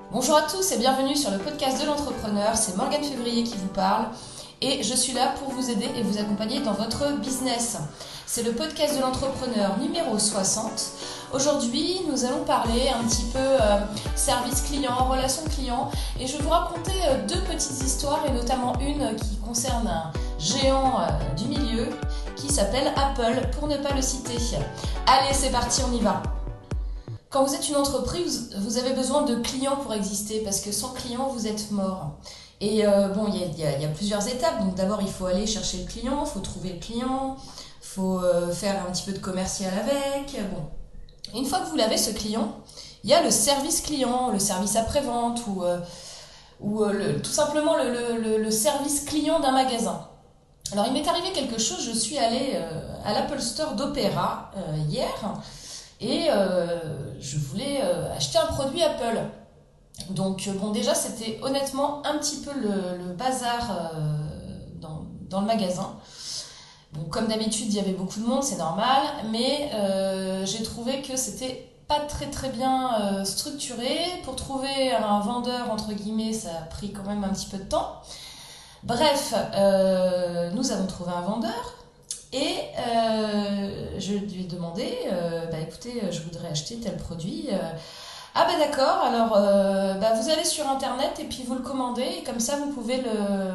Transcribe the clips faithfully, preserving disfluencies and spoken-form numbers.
Bonjour à tous et bienvenue sur le podcast de l'entrepreneur, c'est Morgane Février qui vous parle et je suis là pour vous aider et vous accompagner dans votre business. C'est le podcast de l'entrepreneur numéro soixante. Aujourd'hui, nous allons parler un petit peu euh, service client, relation client et je vais vous raconter euh, deux petites histoires et notamment une qui concerne un géant euh, du milieu qui s'appelle Apple pour ne pas le citer. Allez, c'est parti, on y va. Quand vous êtes une entreprise, vous avez besoin de clients pour exister parce que sans clients, vous êtes mort. Et euh, bon, il y, y, y a plusieurs étapes. Donc d'abord, il faut aller chercher le client, il faut trouver le client, il faut euh, faire un petit peu de commercial avec. Bon. Une fois que vous l'avez, ce client, il y a le service client, le service après-vente ou, euh, ou euh, le, tout simplement le, le, le, le service client d'un magasin. Alors, il m'est arrivé quelque chose. Je suis allée euh, à l'Apple Store d'Opéra euh, hier. Et euh, je voulais euh, acheter un produit Apple. Donc bon, déjà c'était honnêtement un petit peu le, le bazar euh, dans, dans le magasin. Bon, comme d'habitude il y avait beaucoup de monde, c'est normal, mais euh, j'ai trouvé que c'était pas très très bien euh, structuré. Pour trouver un vendeur entre guillemets, ça a pris quand même un petit peu de temps. Bref, euh, nous avons trouvé un vendeur. Et euh, je lui ai demandé, euh, bah écoutez, je voudrais acheter tel produit. Euh, ah bah d'accord, alors euh, bah vous allez sur internet et puis vous le commandez et comme ça vous pouvez le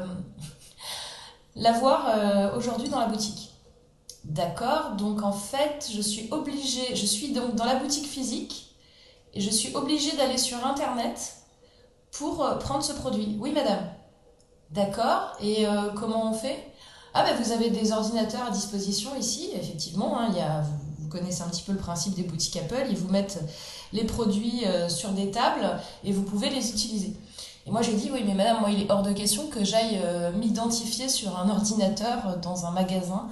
l'avoir euh, aujourd'hui dans la boutique. D'accord, donc en fait je suis obligée, je suis donc dans la boutique physique et je suis obligée d'aller sur internet pour euh, prendre ce produit. Oui madame. D'accord, et euh, comment on fait ? Ah ben vous avez des ordinateurs à disposition ici, effectivement, hein, il y a, vous, vous connaissez un petit peu le principe des boutiques Apple, ils vous mettent les produits euh, sur des tables et vous pouvez les utiliser. Et moi j'ai dit oui mais madame, moi il est hors de question que j'aille euh, m'identifier sur un ordinateur dans un magasin.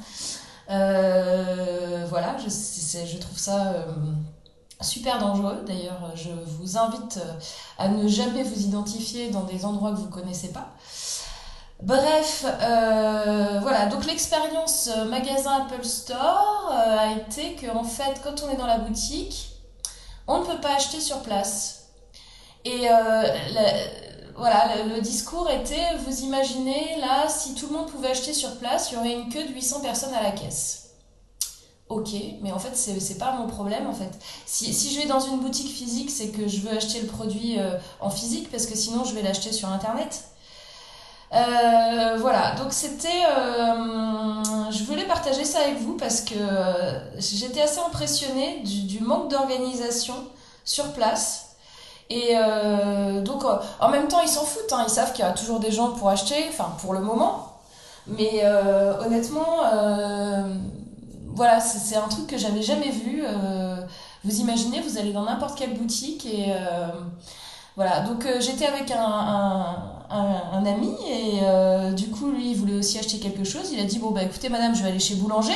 Euh, voilà, je, c'est, je trouve ça euh, super dangereux. D'ailleurs je vous invite à ne jamais vous identifier dans des endroits que vous ne connaissez pas. Bref, euh, voilà, donc l'expérience magasin Apple Store euh, a été que en fait, quand on est dans la boutique, on ne peut pas acheter sur place. Et euh, la, voilà, le, le discours était, vous imaginez, là, si tout le monde pouvait acheter sur place, il y aurait une queue de huit cents personnes à la caisse. Ok, mais en fait, c'est, c'est pas mon problème, en fait. Si, si je vais dans une boutique physique, c'est que je veux acheter le produit euh, en physique, parce que sinon, je vais l'acheter sur Internet. Euh, voilà, donc c'était, euh, je voulais partager ça avec vous parce que euh, j'étais assez impressionnée du, du manque d'organisation sur place. Et euh, donc euh, en même temps ils s'en foutent, hein, ils savent qu'il y a toujours des gens pour acheter, enfin pour le moment. Mais euh, honnêtement, euh, voilà, c'est, c'est un truc que j'avais jamais vu. Euh, vous imaginez, vous allez dans n'importe quelle boutique et euh, voilà, donc euh, j'étais avec un, un, un, un ami et euh, du coup lui il voulait aussi acheter quelque chose. Il a dit bon bah écoutez madame, je vais aller chez Boulanger.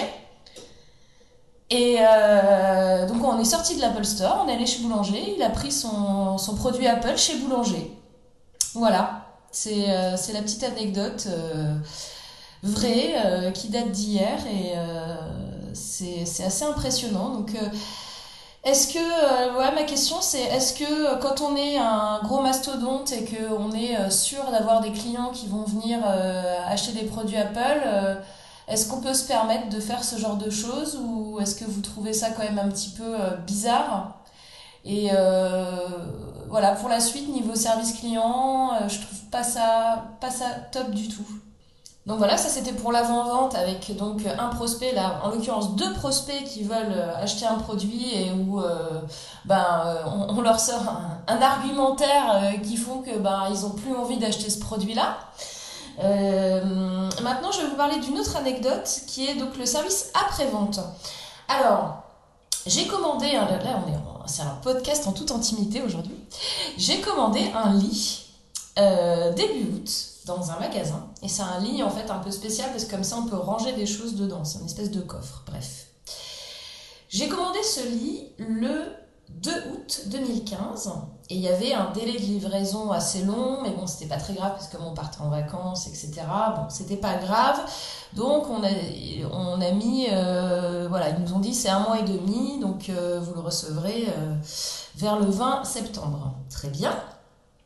Et euh, donc on est sorti de l'Apple Store, on est allé chez Boulanger, il a pris son, son produit Apple chez Boulanger. Voilà, c'est, euh, c'est la petite anecdote euh, vraie euh, qui date d'hier et euh, c'est, c'est assez impressionnant. Donc euh, Est-ce que, euh, ouais, ma question c'est, est-ce que euh, quand on est un gros mastodonte et qu'on est euh, sûr d'avoir des clients qui vont venir euh, acheter des produits Apple, euh, est-ce qu'on peut se permettre de faire ce genre de choses ou est-ce que vous trouvez ça quand même un petit peu euh, bizarre ? Et euh, voilà, pour la suite, niveau service client, euh, je trouve pas ça, pas ça top du tout. Donc voilà, ça c'était pour l'avant-vente avec donc un prospect, là, en l'occurrence deux prospects qui veulent acheter un produit et où euh, ben, euh, on, on leur sort un, un argumentaire euh, qui font que ben, ils ont plus envie d'acheter ce produit-là. Euh, maintenant, je vais vous parler d'une autre anecdote qui est donc le service après-vente. Alors, j'ai commandé, un, là on est en, c'est un podcast en toute intimité aujourd'hui, j'ai commandé un lit euh, début août dans un magasin et c'est un lit en fait un peu spécial parce que comme ça on peut ranger des choses dedans, c'est une espèce de coffre, bref. J'ai commandé ce lit le deux août deux mille quinze et il y avait un délai de livraison assez long, mais bon c'était pas très grave parce que on partait en vacances, et cetera. Bon c'était pas grave, donc on a, on a mis, euh, voilà, ils nous ont dit c'est un mois et demi, donc euh, vous le recevrez euh, vers le vingt septembre. Très bien.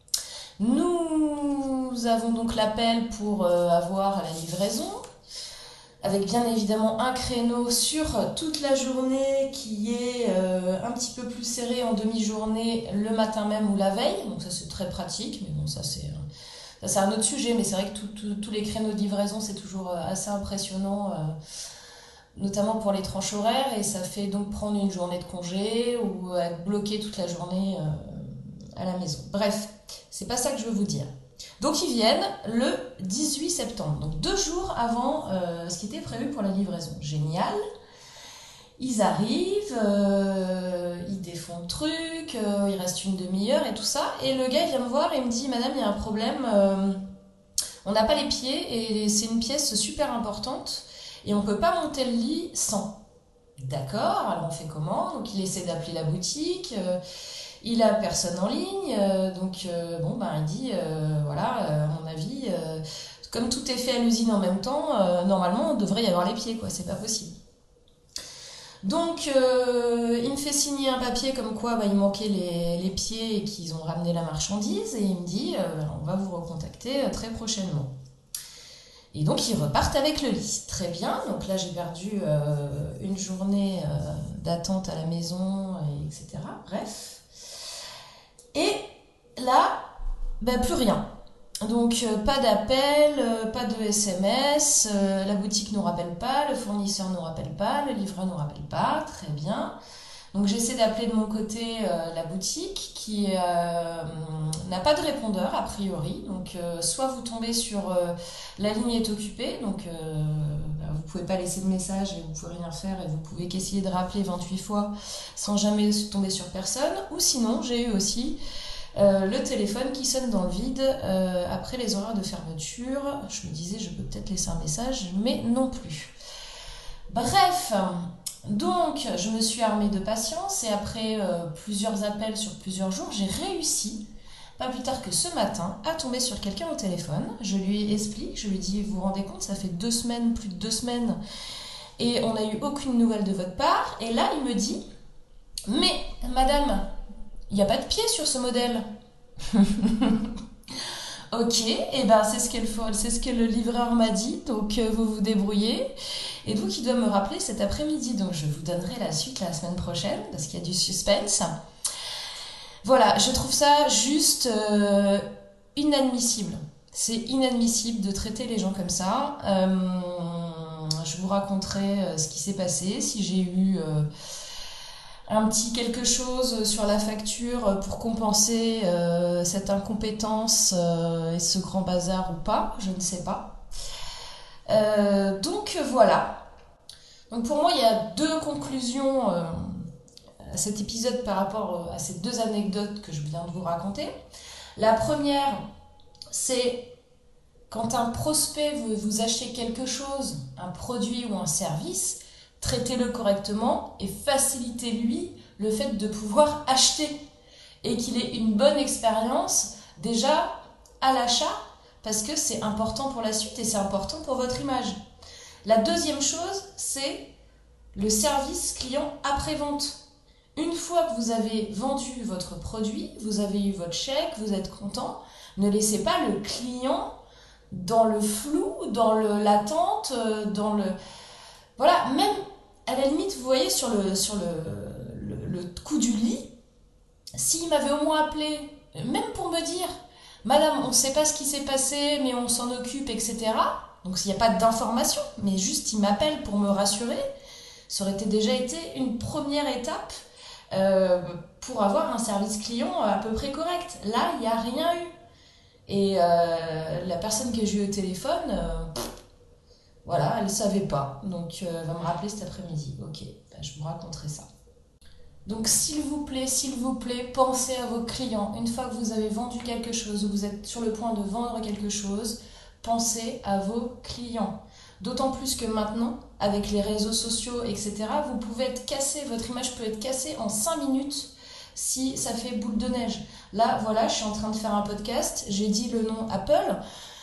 Nous avons donc l'appel pour euh, avoir la livraison, avec bien évidemment un créneau sur toute la journée qui est euh, un petit peu plus serré en demi-journée le matin même ou la veille. Donc ça c'est très pratique, mais bon ça c'est, euh, ça, c'est un autre sujet, mais c'est vrai que tout, tout, tous les créneaux de livraison c'est toujours euh, assez impressionnant, euh, notamment pour les tranches horaires, et ça fait donc prendre une journée de congé ou être bloqué toute la journée euh, à la maison. Bref, c'est pas ça que je veux vous dire. Donc ils viennent le dix-huit septembre, donc deux jours avant euh, ce qui était prévu pour la livraison. Génial. Ils arrivent, euh, ils défont le truc, euh, il reste une demi-heure et tout ça. Et le gars vient me voir et me dit « Madame, il y a un problème, euh, on n'a pas les pieds et c'est une pièce super importante et on ne peut pas monter le lit sans. » D'accord, alors on fait comment? Donc il essaie d'appeler la boutique, euh, il a personne en ligne, euh, donc euh, bon ben il dit euh, voilà, euh, à mon avis, euh, comme tout est fait à l'usine en même temps, euh, normalement on devrait y avoir les pieds, quoi, c'est pas possible. Donc euh, il me fait signer un papier comme quoi bah, il manquait les, les pieds et qu'ils ont ramené la marchandise, et il me dit euh, on va vous recontacter euh, très prochainement. Et donc ils repartent avec le lit. Très bien, donc là j'ai perdu euh, une journée euh, d'attente à la maison, et etc. Bref. Et là, ben, plus rien. Donc euh, pas d'appel, euh, pas de S M S, euh, la boutique ne nous rappelle pas, le fournisseur ne nous rappelle pas, le livreur ne nous rappelle pas, très bien. Donc j'essaie d'appeler de mon côté euh, la boutique qui euh, n'a pas de répondeur a priori. Donc euh, soit vous tombez sur euh, la ligne est occupée, donc euh, bah, vous pouvez pas laisser de message et vous pouvez rien faire et vous pouvez qu'essayer de rappeler vingt-huit fois sans jamais tomber sur personne. Ou sinon j'ai eu aussi euh, le téléphone qui sonne dans le vide euh, après les horaires de fermeture. Je me disais je peux peut-être laisser un message, mais non plus. Bref. Donc, je me suis armée de patience et après euh, plusieurs appels sur plusieurs jours, j'ai réussi, pas plus tard que ce matin, à tomber sur quelqu'un au téléphone. Je lui explique, je lui dis, vous vous rendez compte, ça fait deux semaines, plus de deux semaines, et on n'a eu aucune nouvelle de votre part. Et là, il me dit, mais madame, il n'y a pas de pied sur ce modèle. Ok, et ben c'est ce, c'est ce que le livreur m'a dit, donc euh, vous vous débrouillez. Et donc il doit me rappeler cet après-midi, donc je vous donnerai la suite la semaine prochaine, parce qu'il y a du suspense. Voilà, je trouve ça juste euh, inadmissible. C'est inadmissible de traiter les gens comme ça. Euh, je vous raconterai euh, ce qui s'est passé, si j'ai eu... Euh, un petit quelque chose sur la facture pour compenser euh, cette incompétence euh, et ce grand bazar ou pas, je ne sais pas. Euh, donc voilà. Donc pour moi, il y a deux conclusions euh, à cet épisode par rapport à ces deux anecdotes que je viens de vous raconter. La première, c'est quand un prospect veut vous acheter quelque chose, un produit ou un service, traitez-le correctement et facilitez-lui le fait de pouvoir acheter et qu'il ait une bonne expérience déjà à l'achat, parce que c'est important pour la suite et c'est important pour votre image. La deuxième chose, c'est le service client après-vente. Une fois que vous avez vendu votre produit, vous avez eu votre chèque, vous êtes content, ne laissez pas le client dans le flou, dans le, l'attente, dans le... Voilà, même à la limite, vous voyez, sur le, sur le, le, le coup du lit, s'il m'avait au moins appelé, même pour me dire « Madame, on ne sait pas ce qui s'est passé, mais on s'en occupe, et cetera » Donc s'il n'y a pas d'information, mais juste il m'appelle pour me rassurer, ça aurait été déjà été une première étape euh, pour avoir un service client à peu près correct. Là, il n'y a rien eu. Et euh, la personne que j'ai eu au téléphone... Euh, Voilà, elle ne savait pas, donc euh, elle va me rappeler cet après-midi. Ok, ben, je vous raconterai ça. Donc s'il vous plaît, s'il vous plaît, pensez à vos clients. Une fois que vous avez vendu quelque chose ou vous êtes sur le point de vendre quelque chose, pensez à vos clients. D'autant plus que maintenant, avec les réseaux sociaux, et cetera, vous pouvez être cassé, votre image peut être cassée en cinq minutes si ça fait boule de neige. Là, voilà, je suis en train de faire un podcast, j'ai dit le nom Apple.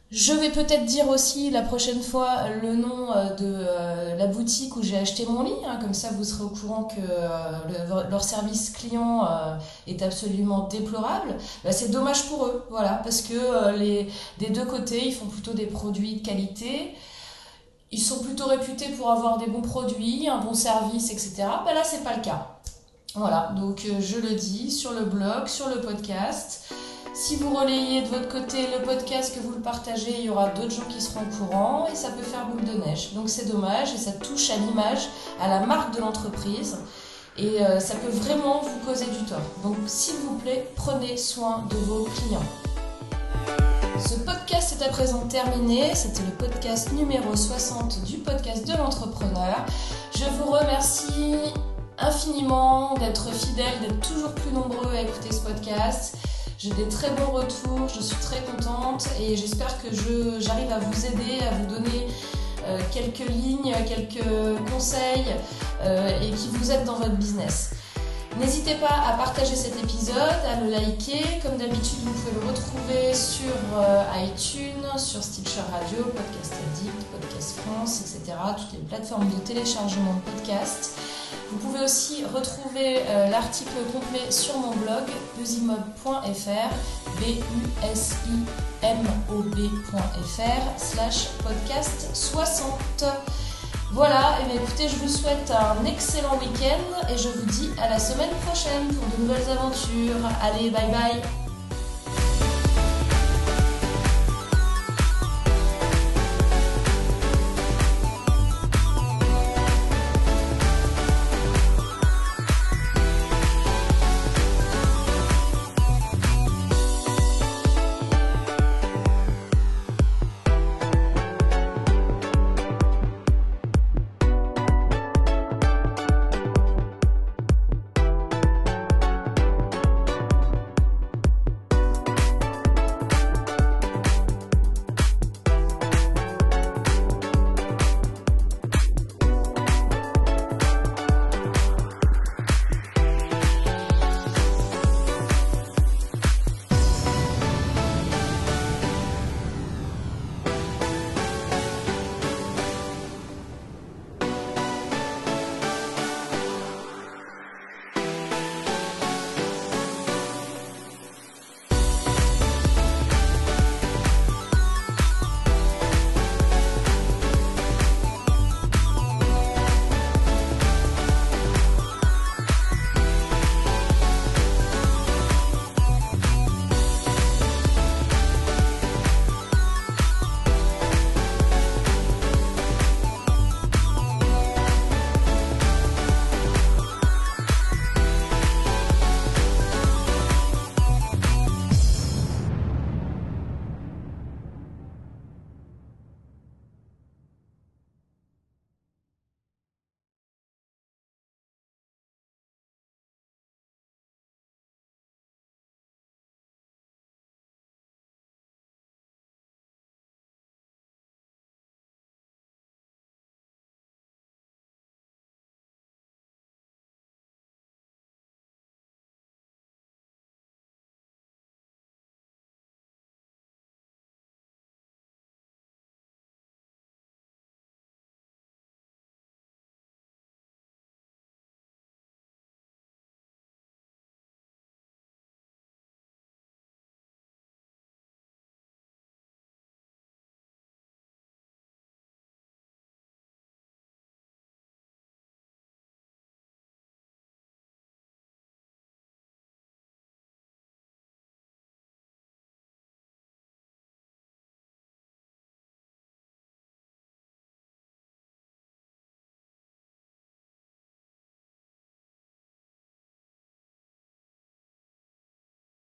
Je vais peut-être dire aussi la prochaine fois le nom euh, de euh, la boutique où j'ai acheté mon lit, hein, comme ça vous serez au courant que euh, le- leur service client euh, est absolument déplorable. Bah, c'est dommage pour eux, voilà, parce que euh, les, des deux côtés, ils font plutôt des produits de qualité, ils sont plutôt réputés pour avoir des bons produits, un bon service, et cetera. Bah, là, c'est pas le cas. Voilà, donc euh, je le dis sur le blog, sur le podcast. Si vous relayez de votre côté le podcast, que vous le partagez, il y aura d'autres gens qui seront au courant et ça peut faire boule de neige. Donc c'est dommage et ça touche à l'image, à la marque de l'entreprise et euh, ça peut vraiment vous causer du tort. Donc s'il vous plaît, prenez soin de vos clients. Ce podcast est à présent terminé. C'était le podcast numéro soixante du podcast de l'entrepreneur. Je vous remercie infiniment d'être fidèles, d'être toujours plus nombreux à écouter ce podcast. J'ai des très bons retours, je suis très contente et j'espère que je, j'arrive à vous aider, à vous donner euh, quelques lignes, quelques conseils euh, et qui vous aident dans votre business. N'hésitez pas à partager cet épisode, à le liker. Comme d'habitude, vous pouvez le retrouver sur euh, iTunes, sur Stitcher Radio, Podcast Addict, Podcast France, et cetera. Toutes les plateformes de téléchargement de podcasts. Vous pouvez aussi retrouver euh, l'article complet sur mon blog busimob point f r, b u s i m o b point f r slash podcast soixante. Voilà, et bien écoutez, je vous souhaite un excellent week-end et je vous dis à la semaine prochaine pour de nouvelles aventures. Allez, bye bye!